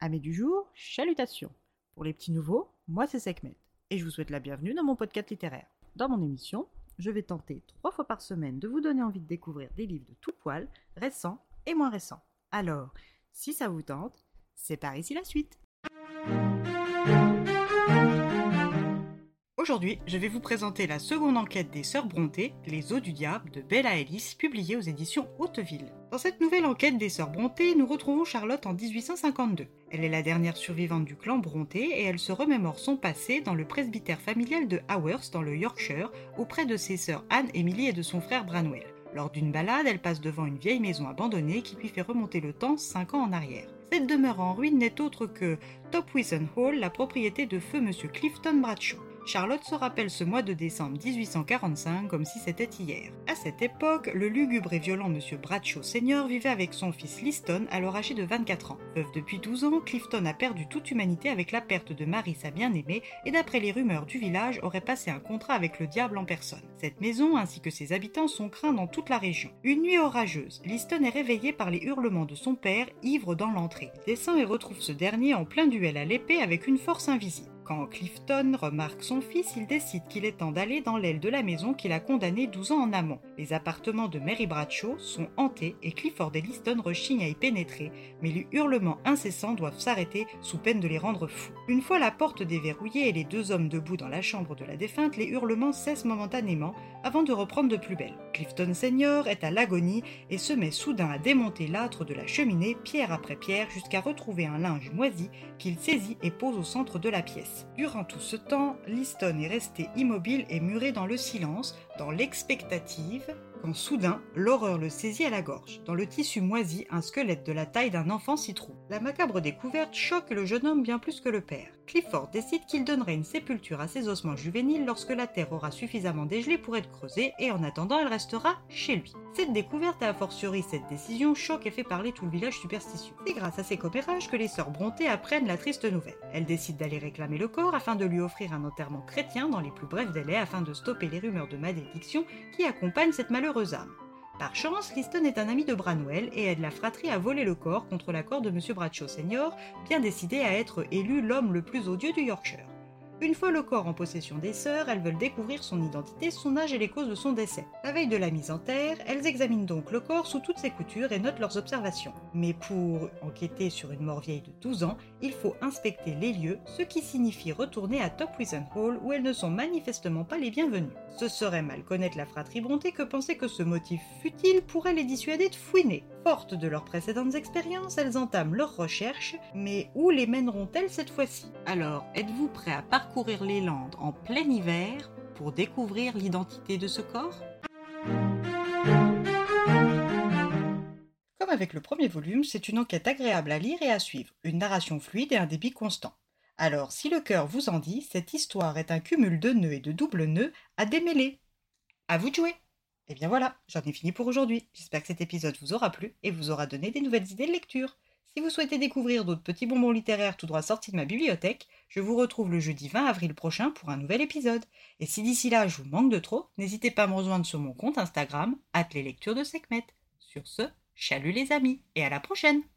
Amis du jour, chalutations. Pour les petits nouveaux, moi c'est Sekhmet et je vous souhaite la bienvenue dans mon podcast littéraire. Dans mon émission, je vais tenter 3 fois par semaine de vous donner envie de découvrir des livres de tout poil, récents et moins récents. Alors, si ça vous tente, c'est par ici la suite. Aujourd'hui, je vais vous présenter la seconde enquête des Sœurs Brontë, Les Os du Diable de Bella Ellis, publiée aux éditions Hauteville. Dans cette nouvelle enquête des Sœurs Brontë, nous retrouvons Charlotte en 1852. Elle est la dernière survivante du clan Brontë et elle se remémore son passé dans le presbytère familial de Haworth dans le Yorkshire, auprès de ses sœurs Anne, Emily et de son frère Branwell. Lors d'une balade, elle passe devant une vieille maison abandonnée qui lui fait remonter le temps 5 ans en arrière. Cette demeure en ruine n'est autre que Topwiston Hall, la propriété de feu Monsieur Clifton Bradshaw. Charlotte se rappelle ce mois de décembre 1845 comme si c'était hier. À cette époque, le lugubre et violent Monsieur Bradshaw Senior vivait avec son fils Liston, alors âgé de 24 ans. Veuf depuis 12 ans, Clifton a perdu toute humanité avec la perte de Marie, sa bien-aimée, et d'après les rumeurs du village, aurait passé un contrat avec le diable en personne. Cette maison ainsi que ses habitants sont craints dans toute la région. Une nuit orageuse, Liston est réveillé par les hurlements de son père, ivre dans l'entrée. Il descend et retrouve ce dernier en plein duel à l'épée avec une force invisible. Quand Clifton remarque son fils, il décide qu'il est temps d'aller dans l'aile de la maison qu'il a condamnée 12 ans en amont. Les appartements de Mary Bradshaw sont hantés et Clifford et Liston rechignent à y pénétrer, mais les hurlements incessants doivent s'arrêter sous peine de les rendre fous. Une fois la porte déverrouillée et les deux hommes debout dans la chambre de la défunte, les hurlements cessent momentanément avant de reprendre de plus belle. Clifton Senior est à l'agonie et se met soudain à démonter l'âtre de la cheminée pierre après pierre jusqu'à retrouver un linge moisi qu'il saisit et pose au centre de la pièce. Durant tout ce temps, Liston est resté immobile et muré dans le silence, dans l'expectative, quand soudain, l'horreur le saisit à la gorge. Dans le tissu moisi, un squelette de la taille d'un enfant s'y trouve. La macabre découverte choque le jeune homme bien plus que le père. Clifford décide qu'il donnerait une sépulture à ses ossements juvéniles lorsque la terre aura suffisamment dégelé pour être creusée et en attendant elle restera chez lui. Cette découverte et a fortiori cette décision choque et fait parler tout le village superstitieux. C'est grâce à ces commérages que les sœurs Brontë apprennent la triste nouvelle. Elles décident d'aller réclamer le corps afin de lui offrir un enterrement chrétien dans les plus brefs délais afin de stopper les rumeurs de malédiction qui accompagnent cette malheureuse âme. Par chance, Liston est un ami de Branwell et aide la fratrie à voler le corps contre l'accord de Monsieur Bradshaw Senior, bien décidé à être élu l'homme le plus odieux du Yorkshire. Une fois le corps en possession des sœurs, elles veulent découvrir son identité, son âge et les causes de son décès. La veille de la mise en terre, elles examinent donc le corps sous toutes ses coutures et notent leurs observations. Mais pour enquêter sur une mort vieille de 12 ans, il faut inspecter les lieux, ce qui signifie retourner à Topwiston Hall où elles ne sont manifestement pas les bienvenues. Ce serait mal connaître la fratrie Brontë que penser que ce motif futile pourrait les dissuader de fouiner. Fortes de leurs précédentes expériences, elles entament leurs recherches, mais où les mèneront-elles cette fois-ci? Alors, êtes-vous prêts à parcourir les Landes en plein hiver pour découvrir l'identité de ce corps? Comme avec le premier volume, c'est une enquête agréable à lire et à suivre, une narration fluide et un débit constant. Alors, si le cœur vous en dit, cette histoire est un cumul de nœuds et de doubles nœuds à démêler. À vous de jouer! Et bien voilà, j'en ai fini pour aujourd'hui. J'espère que cet épisode vous aura plu et vous aura donné des nouvelles idées de lecture. Si vous souhaitez découvrir d'autres petits bonbons littéraires tout droit sortis de ma bibliothèque, je vous retrouve le jeudi 20 avril prochain pour un nouvel épisode. Et si d'ici là je vous manque de trop, n'hésitez pas à me rejoindre sur mon compte Instagram, @leslecturesdesekhmet. Sur ce, chalut les amis, et à la prochaine!